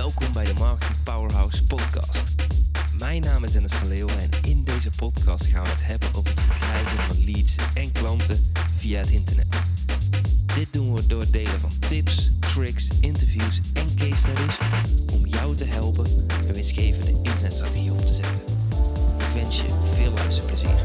Welkom bij de Marketing Powerhouse podcast. Mijn naam is Dennis van Leeuwen en in deze podcast gaan we het hebben over het verkrijgen van leads en klanten via het internet. Dit doen we door het delen van tips, tricks, interviews en case studies om jou te helpen een winstgevende internetstrategie op te zetten. Ik wens je veel luisterplezier.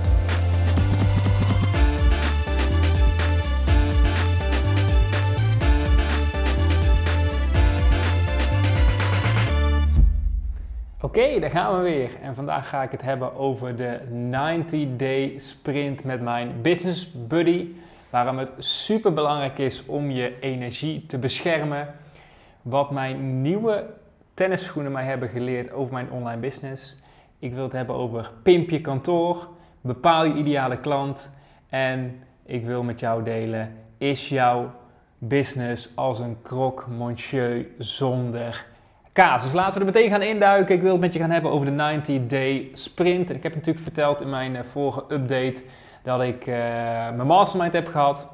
Oké, daar gaan we weer. En vandaag ga ik het hebben over de 90-day sprint met mijn business buddy. Waarom het super belangrijk is om je energie te beschermen. Wat mijn nieuwe tennisschoenen mij hebben geleerd over mijn online business. Ik wil het hebben over pimp je kantoor, bepaal je ideale klant. En ik wil met jou delen, is jouw business als een croque monsieur zonder kaas? Dus laten we er meteen gaan induiken. Ik wil het met je gaan hebben over de 90-day sprint. En ik heb natuurlijk verteld in mijn vorige update dat ik mijn mastermind heb gehad.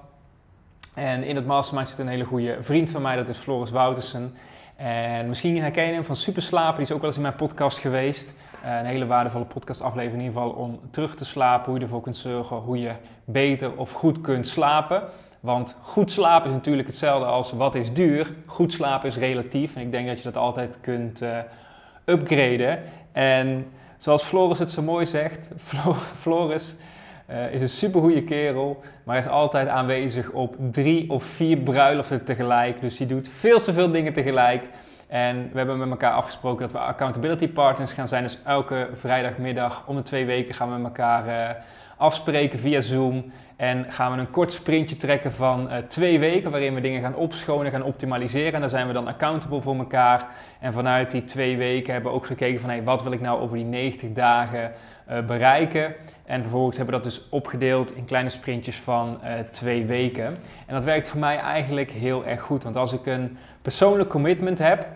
En in het mastermind zit een hele goede vriend van mij, dat is Floris Woutersen. En misschien herken je hem van Superslapen, die is ook wel eens in mijn podcast geweest. Een hele waardevolle podcastaflevering in ieder geval om terug te slapen, hoe je ervoor kunt zorgen, hoe je beter of goed kunt slapen. Want goed slapen is natuurlijk hetzelfde als wat is duur. Goed slapen is relatief en ik denk dat je dat altijd kunt upgraden. En zoals Floris het zo mooi zegt, Floris is een supergoeie kerel, maar is altijd aanwezig op 3 of 4 bruiloften tegelijk. Dus hij doet veel te veel dingen tegelijk. En we hebben met elkaar afgesproken dat we accountability partners gaan zijn. Dus elke vrijdagmiddag om de 2 weken gaan we met elkaar afspreken via Zoom. En gaan we een kort sprintje trekken van 2 weken waarin we dingen gaan opschonen, gaan optimaliseren. En daar zijn we dan accountable voor elkaar. En vanuit die 2 weken hebben we ook gekeken van wat wil ik nou over die 90 dagen bereiken. En vervolgens hebben we dat dus opgedeeld in kleine sprintjes van 2 weken. En dat werkt voor mij eigenlijk heel erg goed. Want als ik een persoonlijk commitment heb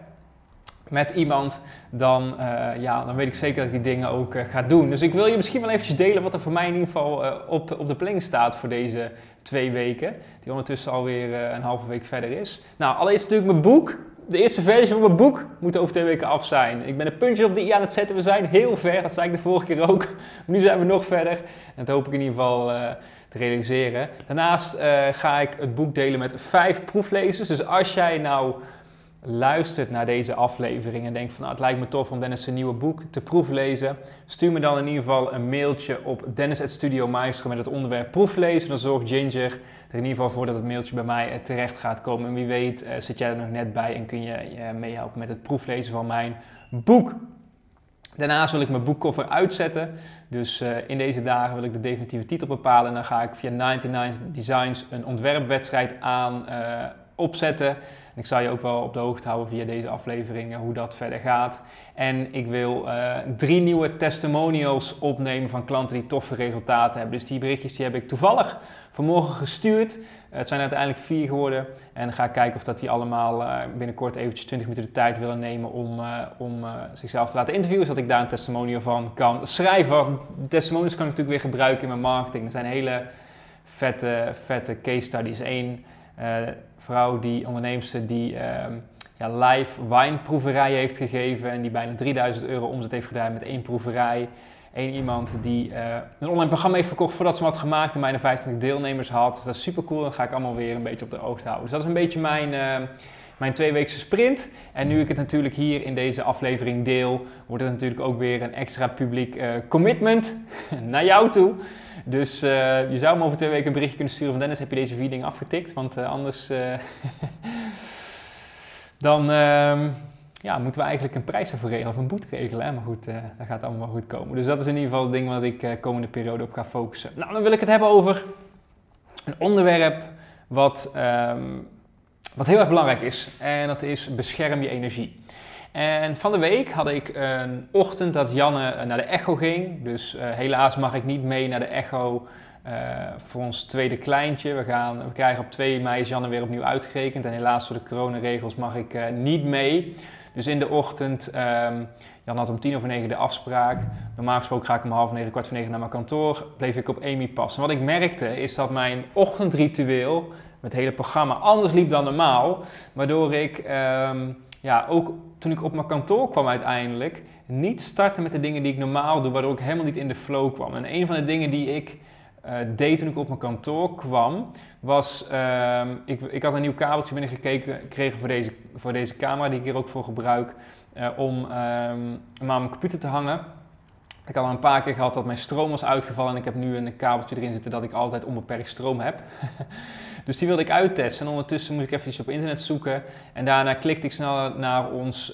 met iemand, dan weet ik zeker dat ik die dingen ook ga doen. Dus ik wil je misschien wel eventjes delen wat er voor mij in ieder geval op de planning staat voor deze 2 weken. Die ondertussen alweer een halve week verder is. Nou, allereerst natuurlijk mijn boek. De eerste versie van mijn boek moet over 2 weken af zijn. Ik ben de puntjes op de i aan het zetten. We zijn heel ver, dat zei ik de vorige keer ook. Nu zijn we nog verder. En dat hoop ik in ieder geval te realiseren. Daarnaast ga ik het boek delen met 5 proeflezers. Dus als jij nou luistert naar deze aflevering en denkt van het lijkt me tof om Dennis' zijn nieuwe boek te proeflezen, stuur me dan in ieder geval een mailtje op dennis@studiomaestro met het onderwerp proeflezen. Dan zorgt Ginger er in ieder geval voor dat het mailtje bij mij terecht gaat komen. En wie weet zit jij er nog net bij en kun je meehelpen met het proeflezen van mijn boek. Daarnaast wil ik mijn boekcover uitzetten. Dus in deze dagen wil ik de definitieve titel bepalen. En dan ga ik via 99 Designs een ontwerpwedstrijd opzetten. En ik zal je ook wel op de hoogte houden via deze aflevering hoe dat verder gaat. En ik wil 3 nieuwe testimonials opnemen van klanten die toffe resultaten hebben. Dus die berichtjes die heb ik toevallig vanmorgen gestuurd. Het zijn uiteindelijk 4 geworden. En dan ga ik kijken of dat die allemaal binnenkort eventjes 20 minuten de tijd willen nemen om zichzelf te laten interviewen. Zodat ik daar een testimonial van kan schrijven. Testimonials kan ik natuurlijk weer gebruiken in mijn marketing. Er zijn hele vette case studies. Eén vrouw, die onderneemster, die live wijnproeverijen heeft gegeven en die bijna €3000 omzet heeft gedaan met 1 proeverij. Eén iemand die een online programma heeft verkocht voordat ze hem had gemaakt en bijna 25 deelnemers had. Dus dat is super cool. Dan ga ik allemaal weer een beetje op de hoogte houden. Dus dat is een beetje mijn 2-weekse sprint. En nu ik het natuurlijk hier in deze aflevering deel, wordt het natuurlijk ook weer een extra publiek commitment naar jou toe. Dus je zou me over 2 weken een berichtje kunnen sturen van Dennis, heb je deze 4 dingen afgetikt? Want anders dan moeten we eigenlijk een prijs ervoor regelen of een boete regelen. Hè? Maar goed, dat gaat allemaal wel goed komen. Dus dat is in ieder geval het ding wat ik komende periode op ga focussen. Nou, dan wil ik het hebben over een onderwerp wat heel erg belangrijk is. En dat is bescherm je energie. En van de week had ik een ochtend dat Janne naar de echo ging. Dus helaas mag ik niet mee naar de echo voor ons tweede kleintje. We krijgen op 2 mei is Janne weer opnieuw uitgerekend. En helaas door de coronaregels mag ik niet mee. Dus in de ochtend, Jan had om 8:50 de afspraak. Normaal gesproken ga ik om 8:30, 8:45 naar mijn kantoor. Bleef ik op Amy passen. Wat ik merkte is dat mijn ochtendritueel met het hele programma anders liep dan normaal. Waardoor ik ook toen ik op mijn kantoor kwam uiteindelijk, niet starten met de dingen die ik normaal doe, waardoor ik helemaal niet in de flow kwam. En een van de dingen die ik deed toen ik op mijn kantoor kwam, was, ik had een nieuw kabeltje binnengekregen voor deze camera, die ik hier ook voor gebruik, om hem aan mijn computer te hangen. Ik had al een paar keer gehad dat mijn stroom was uitgevallen en ik heb nu een kabeltje erin zitten dat ik altijd onbeperkt stroom heb. Dus die wilde ik uittesten en ondertussen moest ik even op internet zoeken en daarna klikte ik snel naar ons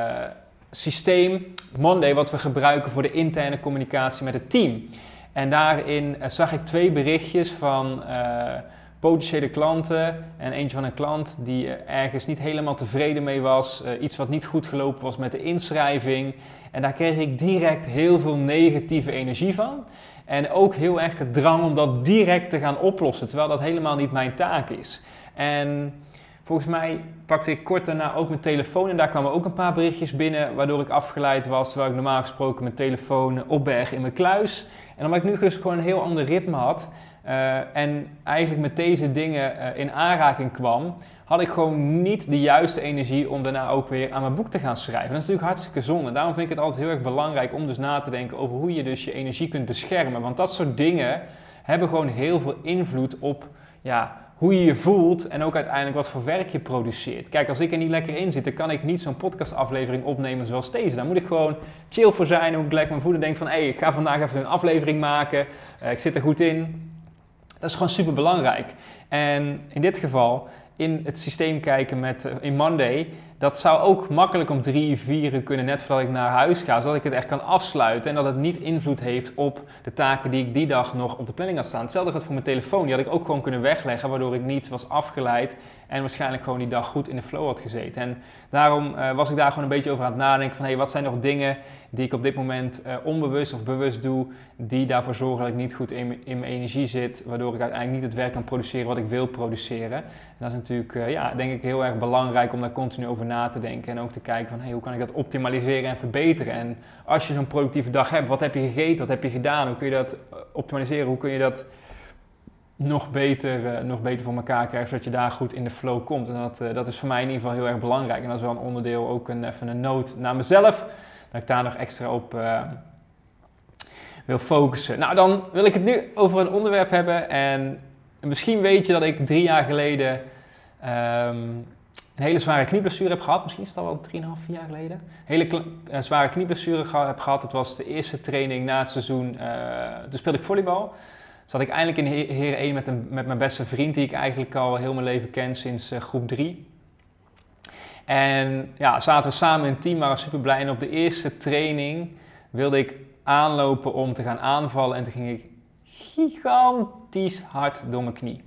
systeem Monday, wat we gebruiken voor de interne communicatie met het team. En daarin zag ik 2 berichtjes van potentiële klanten en eentje van een klant die ergens niet helemaal tevreden mee was. Iets wat niet goed gelopen was met de inschrijving. En daar kreeg ik direct heel veel negatieve energie van. En ook heel erg de drang om dat direct te gaan oplossen, terwijl dat helemaal niet mijn taak is. En volgens mij pakte ik kort daarna ook mijn telefoon en daar kwamen ook een paar berichtjes binnen, waardoor ik afgeleid was, terwijl ik normaal gesproken mijn telefoon opberg in mijn kluis. En omdat ik nu dus gewoon een heel ander ritme had en eigenlijk met deze dingen in aanraking kwam, had ik gewoon niet de juiste energie om daarna ook weer aan mijn boek te gaan schrijven. Dat is natuurlijk hartstikke zonde. Daarom vind ik het altijd heel erg belangrijk om dus na te denken over hoe je dus je energie kunt beschermen. Want dat soort dingen hebben gewoon heel veel invloed op hoe je je voelt en ook uiteindelijk wat voor werk je produceert. Kijk, als ik er niet lekker in zit, dan kan ik niet zo'n podcastaflevering opnemen zoals deze. Daar moet ik gewoon chill voor zijn en ook lekker mijn voeten denken van ik ga vandaag even een aflevering maken. Ik zit er goed in. Dat is gewoon super belangrijk. En in dit geval in het systeem kijken in Monday, dat zou ook makkelijk om 3, 4 uur kunnen net voordat ik naar huis ga, zodat ik het echt kan afsluiten en dat het niet invloed heeft op de taken die ik die dag nog op de planning had staan. Hetzelfde geldt voor mijn telefoon, die had ik ook gewoon kunnen wegleggen, waardoor ik niet was afgeleid en waarschijnlijk gewoon die dag goed in de flow had gezeten. En daarom was ik daar gewoon een beetje over aan het nadenken van wat zijn nog dingen die ik op dit moment onbewust of bewust doe, die daarvoor zorgen dat ik niet goed in mijn energie zit, waardoor ik uiteindelijk niet het werk kan produceren wat ik wil produceren. En dat is natuurlijk, denk ik, heel erg belangrijk om daar continu over na te denken en ook te kijken van hoe kan ik dat optimaliseren en verbeteren. En als je zo'n productieve dag hebt, wat heb je gegeten, wat heb je gedaan, hoe kun je dat optimaliseren, hoe kun je dat nog beter voor elkaar krijgen, zodat je daar goed in de flow komt. En dat is voor mij in ieder geval heel erg belangrijk. En dat is wel een onderdeel, ook even een noot naar mezelf, dat ik daar nog extra op wil focussen. Nou, dan wil ik het nu over een onderwerp hebben. En misschien weet je dat ik 3 jaar geleden een hele zware knieblessure heb gehad. Misschien is het al wel 3,5, 4 jaar geleden. Een hele zware knieblessure heb gehad. Het was de eerste training na het seizoen. Toen speelde ik volleybal. Zat ik eindelijk in Heer 1 met mijn beste vriend, die ik eigenlijk al heel mijn leven ken sinds groep 3. En zaten we samen in een team, waren super blij. En op de eerste training wilde ik aanlopen om te gaan aanvallen. En toen ging ik gigantisch hard door mijn knie.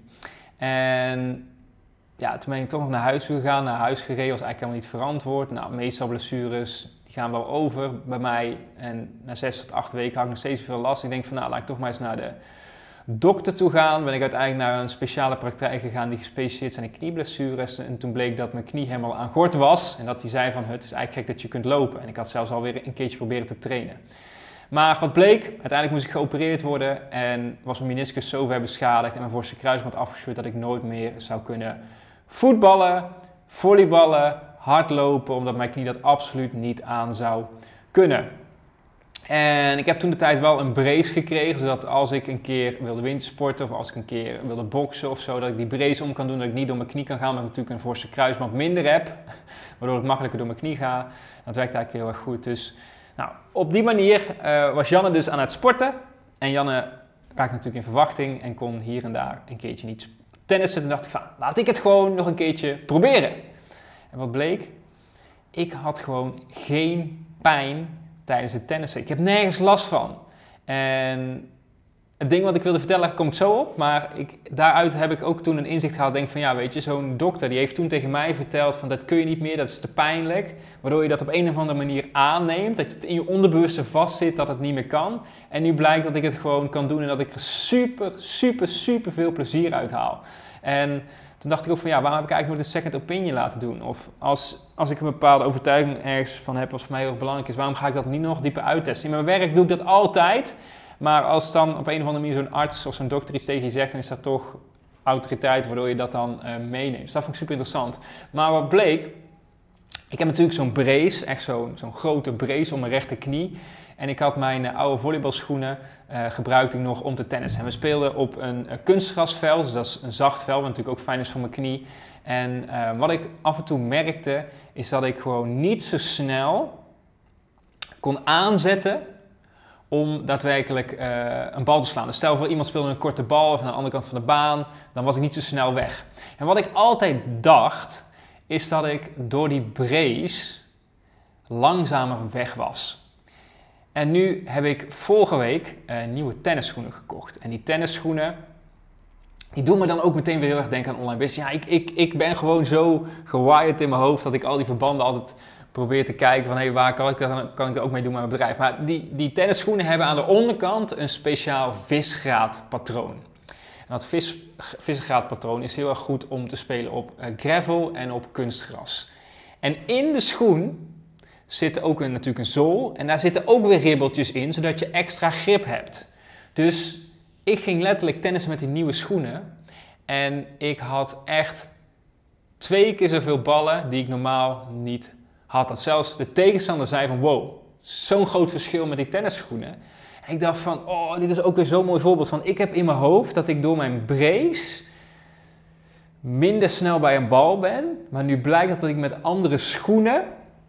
En toen ben ik toch nog naar huis gegaan, naar huis gereden. Was eigenlijk helemaal niet verantwoord. Nou, meestal blessures, die gaan wel over bij mij. En na 6 tot 8 weken had ik nog steeds veel last. Ik denk van laat ik toch maar eens naar de dokter toe gaan. Ben ik uiteindelijk naar een speciale praktijk gegaan die gespecialiseerd zijn in knieblessures. En toen bleek dat mijn knie helemaal aan gort was. En dat hij zei van het is eigenlijk gek dat je kunt lopen. En ik had zelfs alweer een keertje proberen te trainen. Maar wat bleek, uiteindelijk moest ik geopereerd worden en was mijn meniscus zo ver beschadigd en mijn voorste kruisband afgescheurd dat ik nooit meer zou kunnen voetballen, volleyballen, hardlopen, omdat mijn knie dat absoluut niet aan zou kunnen. En ik heb toen de tijd wel een brace gekregen, zodat als ik een keer wilde wintersporten of als ik een keer wilde boksen of zo, dat ik die brace om kan doen, dat ik niet door mijn knie kan gaan, omdat ik natuurlijk een voorste kruisband minder heb, waardoor ik makkelijker door mijn knie ga. Dat werkt eigenlijk heel erg goed. Dus op die manier was Janne dus aan het sporten. En Janne raakte natuurlijk in verwachting en kon hier en daar een keertje niet tennissen. Toen dacht ik van, laat ik het gewoon nog een keertje proberen. En wat bleek? Ik had gewoon geen pijn tijdens het tennissen. Ik heb nergens last van. En het ding wat ik wilde vertellen, daar kom ik zo op. Maar daaruit heb ik ook toen een inzicht gehad. Denk van, weet je, zo'n dokter die heeft toen tegen mij verteld van dat kun je niet meer, dat is te pijnlijk. Waardoor je dat op een of andere manier aanneemt. Dat het in je onderbewuste vastzit dat het niet meer kan. En nu blijkt dat ik het gewoon kan doen en dat ik er super veel plezier uit haal. En toen dacht ik ook van waarom heb ik eigenlijk nooit een second opinion laten doen? Of als ik een bepaalde overtuiging ergens van heb, wat voor mij heel erg belangrijk is, waarom ga ik dat niet nog dieper uittesten? In mijn werk doe ik dat altijd. Maar als dan op een of andere manier zo'n arts of zo'n dokter iets tegen je zegt, dan is dat toch autoriteit waardoor je dat dan meeneemt. Dus dat vond ik super interessant. Maar wat bleek, Ik heb natuurlijk zo'n brace, echt zo'n grote brace om mijn rechterknie. En ik had mijn oude volleybalschoenen gebruikte ik nog om te tennissen. En we speelden op een kunstgrasveld, dus dat is een zacht veld, wat natuurlijk ook fijn is voor mijn knie. En wat ik af en toe merkte, is dat ik gewoon niet zo snel kon aanzetten om daadwerkelijk een bal te slaan. Dus stel voor iemand speelde een korte bal of aan de andere kant van de baan, dan was ik niet zo snel weg. En wat ik altijd dacht, is dat ik door die brace langzamer weg was. En nu heb ik vorige week nieuwe tennisschoenen gekocht. En die tennisschoenen, die doen me dan ook meteen weer heel erg denken aan online business. Ja, ik ben gewoon zo gewired in mijn hoofd dat ik al die verbanden altijd probeer te kijken van waar kan ik er ook mee doen met mijn bedrijf. Maar die tennisschoenen hebben aan de onderkant een speciaal visgraatpatroon. En dat visgraatpatroon is heel erg goed om te spelen op gravel en op kunstgras. En in de schoen zit ook natuurlijk een zool en daar zitten ook weer ribbeltjes in, zodat je extra grip hebt. Dus ik ging letterlijk tennissen met die nieuwe schoenen en ik had echt 2 keer zoveel ballen die ik normaal niet had. Dat zelfs de tegenstander zei van wow, zo'n groot verschil met die tennisschoenen. En ik dacht van, dit is ook weer zo'n mooi voorbeeld van, ik heb in mijn hoofd dat ik door mijn brace minder snel bij een bal ben, maar nu blijkt dat ik met andere schoenen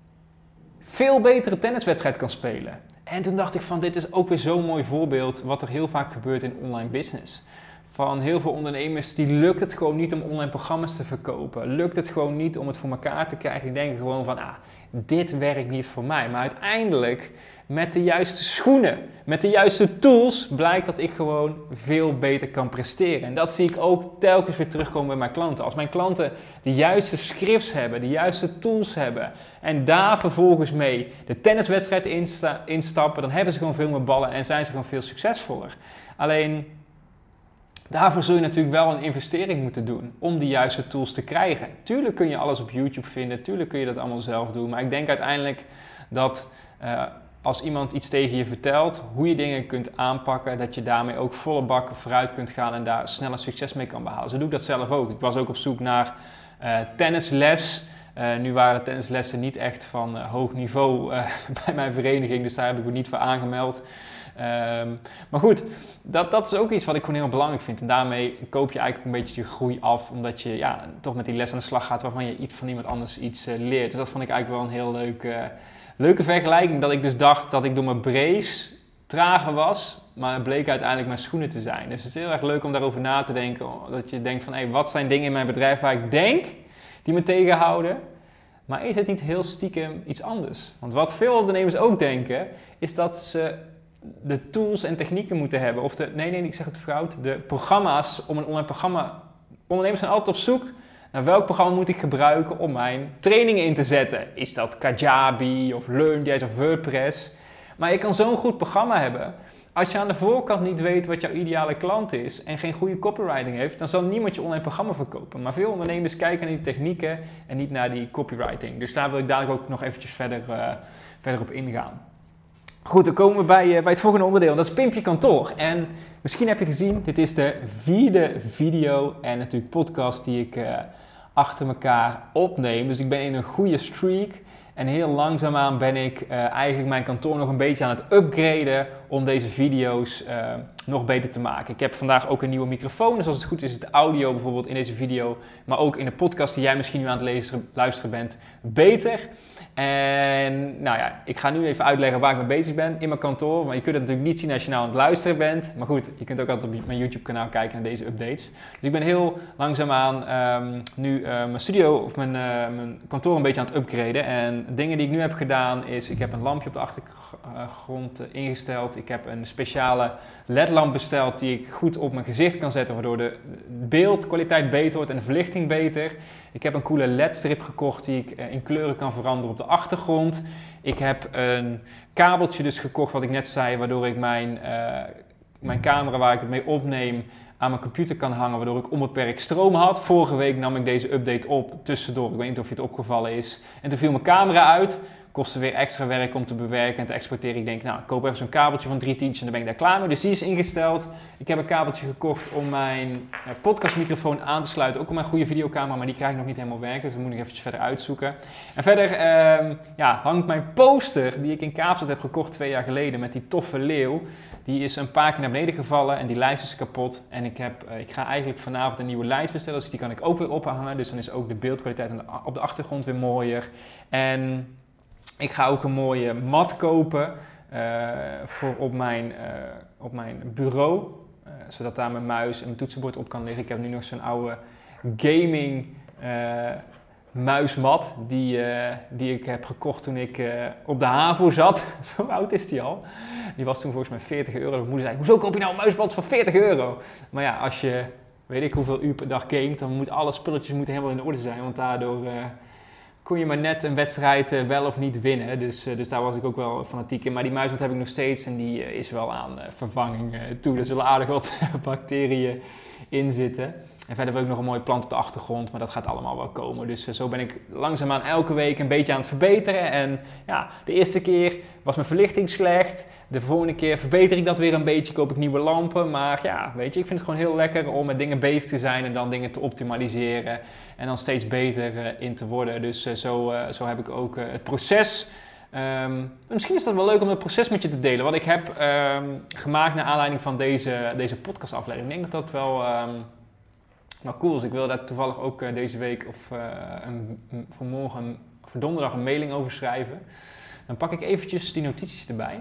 veel betere tenniswedstrijd kan spelen. En toen dacht ik van, dit is ook weer zo'n mooi voorbeeld wat er heel vaak gebeurt in online business. Van heel veel ondernemers, die lukt het gewoon niet om online programma's te verkopen. Lukt het gewoon niet om het voor elkaar te krijgen. Die denken gewoon van, dit werkt niet voor mij. Maar uiteindelijk, met de juiste schoenen, met de juiste tools, blijkt dat ik gewoon veel beter kan presteren. En dat zie ik ook telkens weer terugkomen bij mijn klanten. Als mijn klanten de juiste scripts hebben, de juiste tools hebben en daar vervolgens mee de tenniswedstrijd instappen, dan hebben ze gewoon veel meer ballen en zijn ze gewoon veel succesvoller. Alleen, daarvoor zul je natuurlijk wel een investering moeten doen om die juiste tools te krijgen. Tuurlijk kun je alles op YouTube vinden, tuurlijk kun je dat allemaal zelf doen. Maar ik denk uiteindelijk dat als iemand iets tegen je vertelt, hoe je dingen kunt aanpakken, dat je daarmee ook volle bakken vooruit kunt gaan en daar sneller succes mee kan behalen. Zo doe ik dat zelf ook. Ik was ook op zoek naar tennisles. Nu waren de tennislessen niet echt van hoog niveau bij mijn vereniging, dus daar heb ik me niet voor aangemeld. Maar goed, dat is ook iets wat ik gewoon heel belangrijk vind. En daarmee koop je eigenlijk een beetje je groei af, omdat je toch met die les aan de slag gaat waarvan je van iemand anders iets leert. Dus dat vond ik eigenlijk wel een heel leuke vergelijking. Dat ik dus dacht dat ik door mijn brace trager was, maar het bleek uiteindelijk mijn schoenen te zijn. Dus het is heel erg leuk om daarover na te denken. Dat je denkt van, wat zijn dingen in mijn bedrijf waar ik denk die me tegenhouden? Maar is het niet heel stiekem iets anders? Want wat veel ondernemers ook denken, is dat ze de tools en technieken moeten hebben. Of ik zeg het fout. De programma's om een online programma. Ondernemers zijn altijd op zoek naar welk programma moet ik gebruiken om mijn trainingen in te zetten. Is dat Kajabi of LearnJazz of WordPress? Maar je kan zo'n goed programma hebben. Als je aan de voorkant niet weet wat jouw ideale klant is en geen goede copywriting heeft, dan zal niemand je online programma verkopen. Maar veel ondernemers kijken naar die technieken en niet naar die copywriting. Dus daar wil ik dadelijk ook nog eventjes verder op ingaan. Goed, dan komen we bij het volgende onderdeel. Dat is Pimp je kantoor. En misschien heb je het gezien, dit is de 4e video en natuurlijk podcast die ik achter elkaar opneem. Dus ik ben in een goede streak. En heel langzaamaan ben ik eigenlijk mijn kantoor nog een beetje aan het upgraden om deze video's nog beter te maken. Ik heb vandaag ook een nieuwe microfoon, dus als het goed is de audio bijvoorbeeld in deze video, maar ook in de podcast die jij misschien nu aan het luisteren bent, beter. En ik ga nu even uitleggen waar ik mee bezig ben in mijn kantoor. Maar je kunt het natuurlijk niet zien als je nou aan het luisteren bent. Maar goed, je kunt ook altijd op mijn YouTube kanaal kijken naar deze updates. Dus ik ben heel langzaamaan nu mijn studio of mijn kantoor een beetje aan het upgraden. En dingen die ik nu heb gedaan is, ik heb een lampje op de achtergrond ingesteld. Ik heb een speciale LED-lamp besteld die ik goed op mijn gezicht kan zetten. Waardoor de beeldkwaliteit beter wordt en de verlichting beter. Ik heb een coole LED-strip gekocht die ik in kleuren kan veranderen op de achtergrond. Ik heb een kabeltje dus gekocht, wat ik net zei, waardoor ik mijn camera waar ik het mee opneem aan mijn computer kan hangen, waardoor ik onbeperkt stroom had. Vorige week nam ik deze update op tussendoor. Ik weet niet of je het opgevallen is. En toen viel mijn camera uit. kostte weer extra werk om te bewerken en te exporteren. Ik denk, nou, ik koop even zo'n kabeltje van 3 tientjes en dan ben ik daar klaar mee. Dus die is ingesteld. Ik heb een kabeltje gekocht om mijn podcastmicrofoon aan te sluiten. Ook op mijn goede videocamera, maar die krijg ik nog niet helemaal werken. Dus dat moet ik eventjes verder uitzoeken. En verder hangt mijn poster die ik in Kaapstad heb gekocht 2 jaar geleden met die toffe leeuw. Die is een paar keer naar beneden gevallen en die lijst is kapot. En ik ga eigenlijk vanavond een nieuwe lijst bestellen, dus die kan ik ook weer ophangen. Dus dan is ook de beeldkwaliteit op de achtergrond weer mooier. En ik ga ook een mooie mat kopen voor op mijn bureau. Zodat daar mijn muis en mijn toetsenbord op kan liggen. Ik heb nu nog zo'n oude gaming muismat die ik heb gekocht toen ik op de HAVO zat. Zo oud is die al. Die was toen volgens mij €40. Mijn moeder zei, hoezo koop je nou een muismat van €40? Maar ja, als je weet ik hoeveel uur per dag gamet, dan moeten alle spulletjes helemaal in orde zijn. Want daardoor kon je maar net een wedstrijd wel of niet winnen. Dus daar was ik ook wel fanatiek in. Maar die muismat heb ik nog steeds en die is wel aan vervanging toe. Er zullen aardig wat bacteriën in zitten. En verder wil ik nog een mooie plant op de achtergrond, maar dat gaat allemaal wel komen. Dus zo ben ik langzaamaan elke week een beetje aan het verbeteren. En ja, de eerste keer was mijn verlichting slecht. De volgende keer verbeter ik dat weer een beetje, koop ik nieuwe lampen. Maar ja, weet je, ik vind het gewoon heel lekker om met dingen bezig te zijn en dan dingen te optimaliseren. En dan steeds beter in te worden. Dus zo heb ik ook het proces. Misschien is dat wel leuk om het proces met je te delen. Wat ik heb gemaakt naar aanleiding van deze podcastaflevering. Ik denk dat dat wel cool is. Ik wil daar toevallig ook deze week of voor morgen of voor donderdag een mailing over schrijven. Dan pak ik eventjes die notities erbij.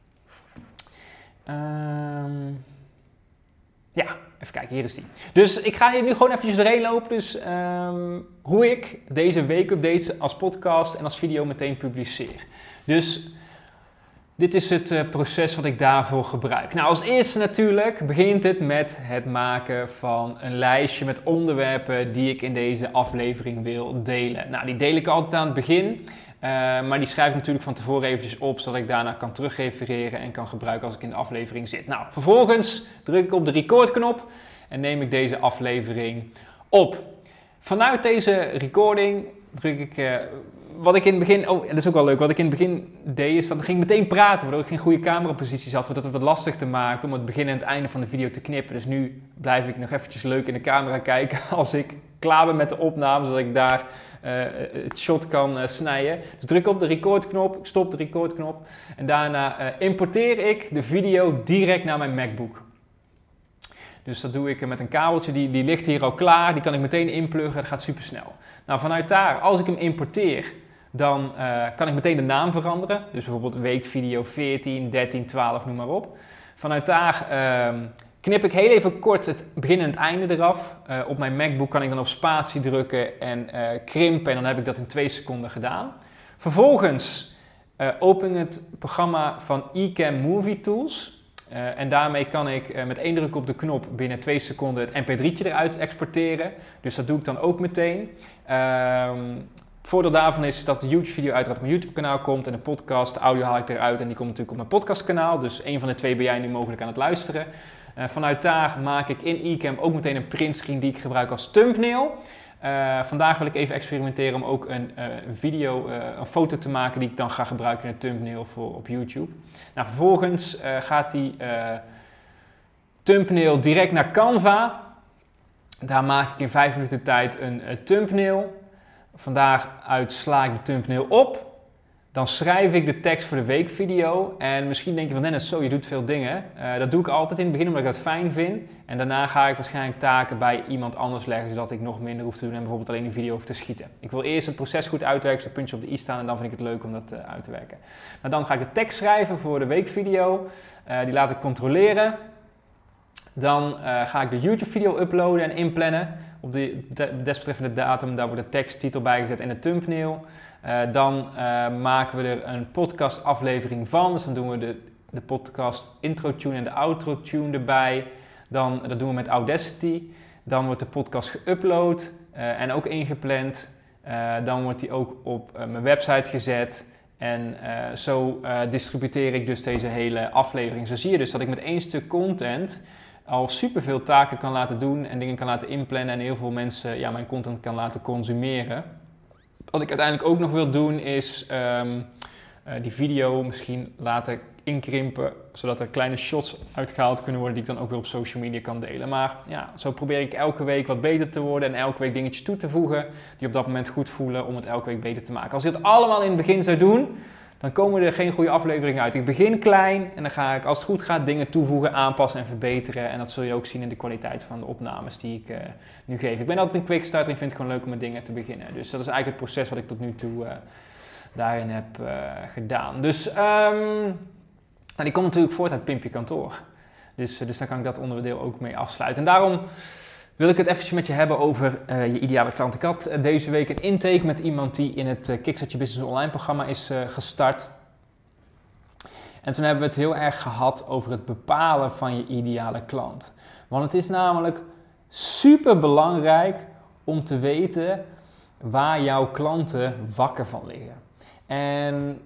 Ja, even kijken, hier is die. Dus ik ga hier nu gewoon eventjes doorheen lopen. Dus hoe ik deze weekupdates als podcast en als video meteen publiceer. Dus dit is het proces wat ik daarvoor gebruik. Nou, als eerste natuurlijk begint het met het maken van een lijstje met onderwerpen die ik in deze aflevering wil delen. Nou, die deel ik altijd aan het begin. Maar die schrijf ik natuurlijk van tevoren eventjes op, zodat ik daarna kan terugrefereren en kan gebruiken als ik in de aflevering zit. Nou, vervolgens druk ik op de recordknop en neem ik deze aflevering op. Vanuit deze recording druk ik, wat ik in het begin, dat is ook wel leuk, wat ik in het begin deed is, dan ging ik meteen praten, waardoor ik geen goede cameraposities had, waardoor het wat lastig te maken om het begin en het einde van de video te knippen. Dus nu blijf ik nog eventjes leuk in de camera kijken als ik klaar ben met de opname, zodat ik daar het shot kan snijden. Dus druk op de recordknop, ik stop de recordknop en daarna importeer ik de video direct naar mijn MacBook. Dus dat doe ik met een kabeltje, die ligt hier al klaar, die kan ik meteen inpluggen, dat gaat super snel. Nou, vanuit daar, als ik hem importeer, dan kan ik meteen de naam veranderen. Dus bijvoorbeeld weekvideo 14, 13, 12, noem maar op. Vanuit daar knip ik heel even kort het begin en het einde eraf. Op mijn MacBook kan ik dan op spatie drukken en krimpen en dan heb ik dat in 2 seconden gedaan. Vervolgens open ik het programma van Ecamm Movie Tools. En daarmee kan ik met 1 druk op de knop binnen 2 seconden het mp3'tje eruit exporteren. Dus dat doe ik dan ook meteen. Het voordeel daarvan is dat de YouTube-video uiteraard op mijn YouTube-kanaal komt en de podcast, de audio haal ik eruit en die komt natuurlijk op mijn podcastkanaal. Dus 1 van de 2 ben jij nu mogelijk aan het luisteren. Vanuit daar maak ik in Ecamm ook meteen een printscreen die ik gebruik als thumbnail. Vandaag wil ik even experimenteren om ook een foto te maken die ik dan ga gebruiken in een thumbnail voor op YouTube. Nou, vervolgens gaat die thumbnail direct naar Canva. Daar maak ik in 5 minuten tijd een thumbnail. Van daaruit sla ik de thumbnail op. Dan schrijf ik de tekst voor de weekvideo. En misschien denk je van Dennis, je doet veel dingen. Dat doe ik altijd in het begin omdat ik dat fijn vind. En daarna ga ik waarschijnlijk taken bij iemand anders leggen, zodat ik nog minder hoef te doen en bijvoorbeeld alleen een video hoef te schieten. Ik wil eerst het proces goed uitwerken, zodat puntje op de i staan en dan vind ik het leuk om dat uit te werken. Nou, dan ga ik de tekst schrijven voor de weekvideo. Die laat ik controleren. Dan ga ik de YouTube-video uploaden en inplannen op de desbetreffende datum. Daar wordt de teksttitel bijgezet en de thumbnail. Dan maken we er een podcastaflevering van. Dus dan doen we de podcast intro-tune en de outro-tune erbij. Dat doen we met Audacity. Dan wordt de podcast geüpload en ook ingepland. Dan wordt die ook op mijn website gezet. En zo distributeer ik dus deze hele aflevering. Zo zie je dus dat ik met 1 stuk content al superveel taken kan laten doen en dingen kan laten inplannen en heel veel mensen mijn content kan laten consumeren. Wat ik uiteindelijk ook nog wil doen is die video misschien laten inkrimpen, zodat er kleine shots uitgehaald kunnen worden die ik dan ook weer op social media kan delen. Maar ja, zo probeer ik elke week wat beter te worden en elke week dingetjes toe te voegen die op dat moment goed voelen om het elke week beter te maken. Als ik het allemaal in het begin zou doen, dan komen er geen goede afleveringen uit. Ik begin klein en dan ga ik, als het goed gaat, dingen toevoegen, aanpassen en verbeteren. En dat zul je ook zien in de kwaliteit van de opnames die ik nu geef. Ik ben altijd een quickstarter en vind het gewoon leuk om met dingen te beginnen. Dus dat is eigenlijk het proces wat ik tot nu toe daarin heb gedaan. Dus die komt natuurlijk voort uit Pimp Je Kantoor. Dus daar kan ik dat onderdeel ook mee afsluiten. En daarom wil ik het eventjes met je hebben over je ideale klant. Ik had deze week een intake met iemand die in het Kickstart Your Business Online programma is gestart. En toen hebben we het heel erg gehad over het bepalen van je ideale klant. Want het is namelijk super belangrijk om te weten waar jouw klanten wakker van liggen. En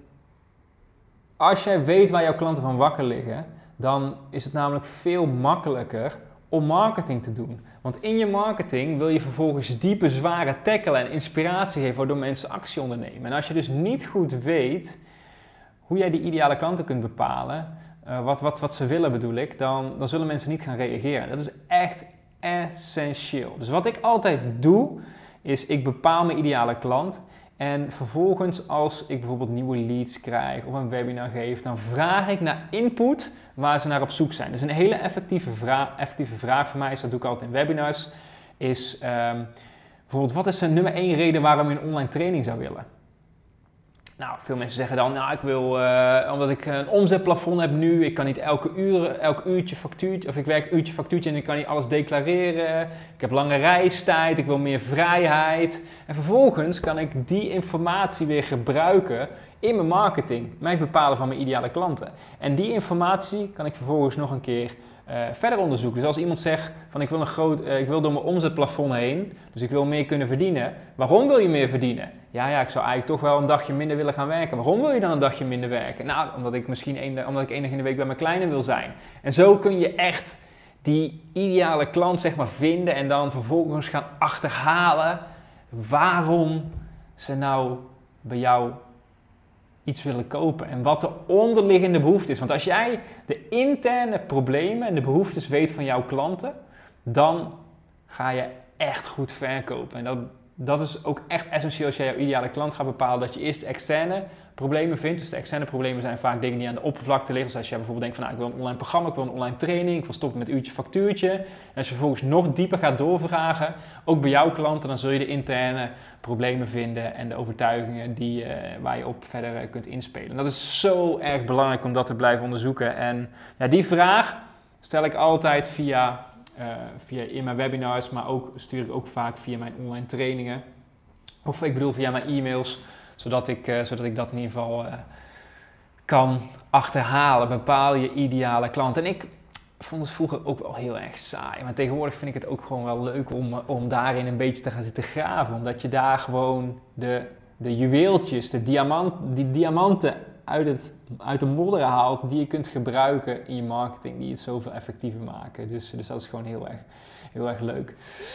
als jij weet waar jouw klanten van wakker liggen, dan is het namelijk veel makkelijker om marketing te doen. Want in je marketing wil je vervolgens diepe, zware tackelen en inspiratie geven waardoor mensen actie ondernemen. En als je dus niet goed weet hoe jij die ideale klanten kunt bepalen, wat ze willen bedoel ik, dan zullen mensen niet gaan reageren. Dat is echt essentieel. Dus wat ik altijd doe, is ik bepaal mijn ideale klant. En vervolgens als ik bijvoorbeeld nieuwe leads krijg of een webinar geef, dan vraag ik naar input waar ze naar op zoek zijn. Dus een hele effectieve vraag voor mij, dat doe ik altijd in webinars, is bijvoorbeeld wat is de nummer 1 reden waarom je een online training zou willen? Nou, veel mensen zeggen dan, nou, ik wil, omdat ik een omzetplafond heb nu, ik kan niet elk uurtje factuurtje, of ik werk een uurtje factuurtje en ik kan niet alles declareren. Ik heb lange reistijd, ik wil meer vrijheid. En vervolgens kan ik die informatie weer gebruiken in mijn marketing, met het bepalen van mijn ideale klanten. En die informatie kan ik vervolgens nog een keer verder onderzoeken. Dus als iemand zegt van ik wil door mijn omzetplafond heen, dus ik wil meer kunnen verdienen. Waarom wil je meer verdienen? Ja, ik zou eigenlijk toch wel een dagje minder willen gaan werken. Waarom wil je dan een dagje minder werken? Nou, omdat ik één dag in de week bij mijn kleine wil zijn. En zo kun je echt die ideale klant zeg maar vinden en dan vervolgens gaan achterhalen waarom ze nou bij jou iets willen kopen en wat de onderliggende behoefte is. Want als jij de interne problemen en de behoeftes weet van jouw klanten, dan ga je echt goed verkopen. En dat is ook echt essentieel als jij jouw ideale klant gaat bepalen, dat je eerst de externe problemen vindt. Dus de externe problemen zijn vaak dingen die aan de oppervlakte liggen. Dus als jij bijvoorbeeld denkt van nou, ik wil een online programma, ik wil een online training, ik wil stoppen met uurtje factuurtje. En als je vervolgens nog dieper gaat doorvragen, ook bij jouw klanten, dan zul je de interne problemen vinden en de overtuigingen waar je op verder kunt inspelen. En dat is zo erg belangrijk om dat te blijven onderzoeken. En ja, die vraag stel ik altijd via in mijn webinars, maar ook stuur ik ook vaak via mijn online trainingen. Of ik bedoel via mijn e-mails, zodat ik dat in ieder geval kan achterhalen. Bepaal je ideale klant. En ik vond het vroeger ook wel heel erg saai. Maar tegenwoordig vind ik het ook gewoon wel leuk om daarin een beetje te gaan zitten graven. Omdat je daar gewoon de juweeltjes, die diamanten uit de modder haalt die je kunt gebruiken in je marketing, die het zoveel effectiever maken. Dus dat is gewoon heel erg leuk.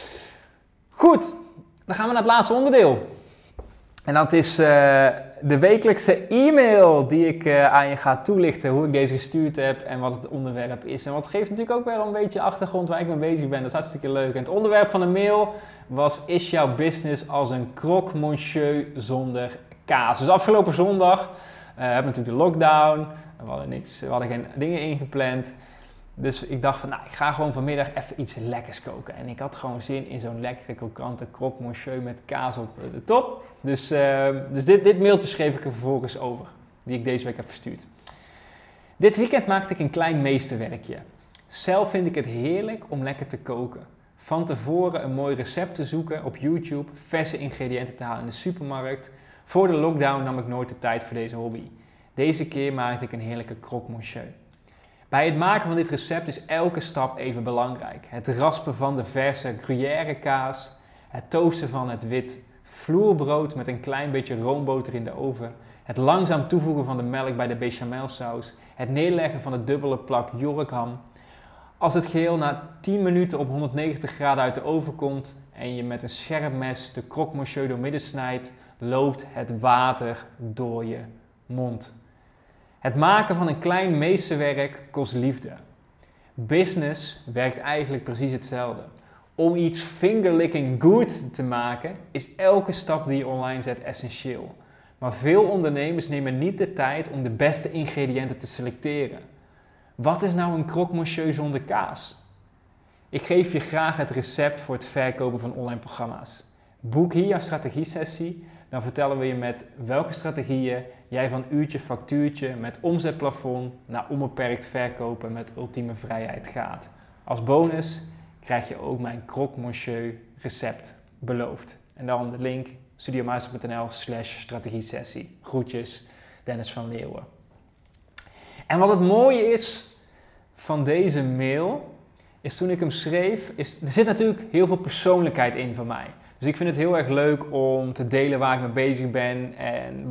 Goed, dan gaan we naar het laatste onderdeel. En dat is de wekelijkse e-mail die ik aan je ga toelichten, hoe ik deze gestuurd heb en wat het onderwerp is. En wat geeft natuurlijk ook weer een beetje achtergrond waar ik mee bezig ben. Dat is hartstikke leuk. En het onderwerp van de mail was, is jouw business als een croque monsieur zonder kaas? Dus afgelopen zondag hebben we natuurlijk de lockdown. We hadden geen dingen ingepland. Dus ik dacht van, ik ga gewoon vanmiddag even iets lekkers koken. En ik had gewoon zin in zo'n lekkere krokante croque monsieur met kaas op de top. Dus dit mailtje schreef ik er vervolgens over, die ik deze week heb verstuurd. Dit weekend maakte ik een klein meesterwerkje. Zelf vind ik het heerlijk om lekker te koken. Van tevoren een mooi recept te zoeken op YouTube, verse ingrediënten te halen in de supermarkt. Voor de lockdown nam ik nooit de tijd voor deze hobby. Deze keer maakte ik een heerlijke croque monsieur. Bij het maken van dit recept is elke stap even belangrijk. Het raspen van de verse Gruyère kaas, het toasten van het wit vloerbrood met een klein beetje roomboter in de oven, het langzaam toevoegen van de melk bij de bechamelsaus, het neerleggen van de dubbele plak Yorkham. Als het geheel na 10 minuten op 190 graden uit de oven komt en je met een scherp mes de croque monsieur doormidden snijdt, loopt het water door je mond. Het maken van een klein meesterwerk kost liefde. Business werkt eigenlijk precies hetzelfde. Om iets fingerlicking good te maken is elke stap die je online zet essentieel. Maar veel ondernemers nemen niet de tijd om de beste ingrediënten te selecteren. Wat is nou een croque monsieur zonder kaas? Ik geef je graag het recept voor het verkopen van online programma's. Boek hier jouw strategie-sessie, dan vertellen we je met welke strategieën jij van uurtje factuurtje met omzetplafond naar onbeperkt verkopen met ultieme vrijheid gaat. Als bonus krijg je ook mijn croque monsieur recept beloofd. En dan de link studiomaster.nl/strategie-sessie. Groetjes, Dennis van Leeuwen. En wat het mooie is van deze mail, is toen ik hem schreef, er zit natuurlijk heel veel persoonlijkheid in van mij. Dus ik vind het heel erg leuk om te delen waar ik mee bezig ben en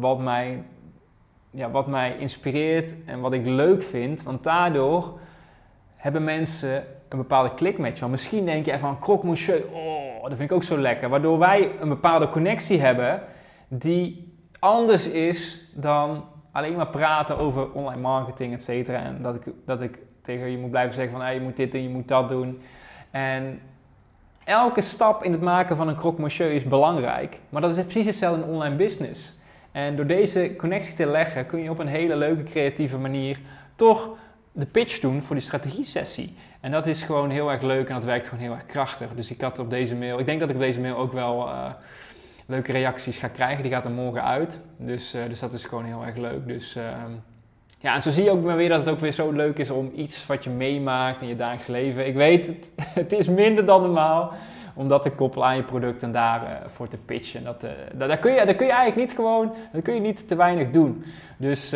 wat mij inspireert en wat ik leuk vind. Want daardoor hebben mensen een bepaalde klikmatch. Want misschien denk je even aan croque monsieur, dat vind ik ook zo lekker. Waardoor wij een bepaalde connectie hebben die anders is dan alleen maar praten over online marketing, et cetera. En dat ik tegen je moet blijven zeggen van je moet dit doen, je moet dat doen. En elke stap in het maken van een croque monsieur is belangrijk. Maar dat is precies hetzelfde in online business. En door deze connectie te leggen kun je op een hele leuke, creatieve manier toch de pitch doen voor die strategie-sessie. En dat is gewoon heel erg leuk en dat werkt gewoon heel erg krachtig. Dus ik had op deze mail, ik denk dat ik op deze mail ook wel leuke reacties ga krijgen. Die gaat er morgen uit. Dus dat is gewoon heel erg leuk. Dus en zo zie je ook weer dat het ook weer zo leuk is om iets wat je meemaakt in je dagelijks leven. Ik weet, het is minder dan normaal om dat te koppelen aan je product en daarvoor te pitchen. Dat kun je eigenlijk niet gewoon, dat kun je niet te weinig doen. Dus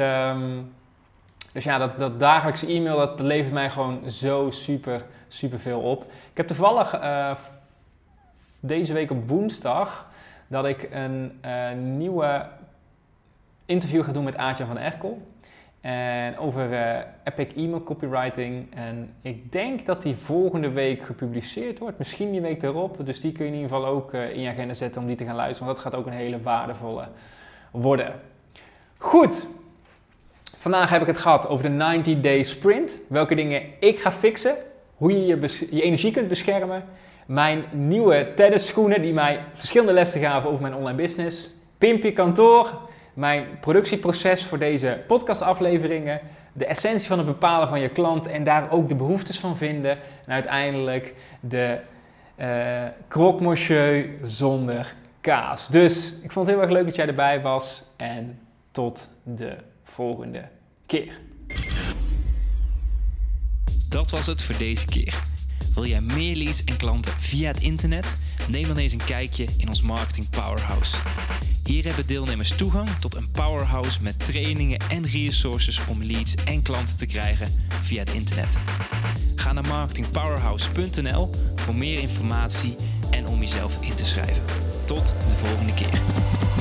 dat dagelijkse e-mail, dat levert mij gewoon zo super veel op. Ik heb toevallig deze week op woensdag dat ik een nieuwe interview ga doen met Aartjan van Erkel. En over epic e-mail copywriting. En ik denk dat die volgende week gepubliceerd wordt. Misschien die week erop. Dus die kun je in ieder geval ook in je agenda zetten om die te gaan luisteren. Want dat gaat ook een hele waardevolle worden. Goed. Vandaag heb ik het gehad over de 90-day sprint. Welke dingen ik ga fixen. Hoe je je energie kunt beschermen. Mijn nieuwe tennisschoenen die mij verschillende lessen gaven over mijn online business. Pimp je kantoor. Mijn productieproces voor deze podcastafleveringen. De essentie van het bepalen van je klant en daar ook de behoeftes van vinden. En uiteindelijk de croque monsieur zonder kaas. Dus ik vond het heel erg leuk dat jij erbij was. En tot de volgende keer. Dat was het voor deze keer. Wil jij meer leads en klanten via het internet? Neem dan eens een kijkje in ons Marketing Powerhouse. Hier hebben deelnemers toegang tot een powerhouse met trainingen en resources om leads en klanten te krijgen via het internet. Ga naar marketingpowerhouse.nl voor meer informatie en om jezelf in te schrijven. Tot de volgende keer.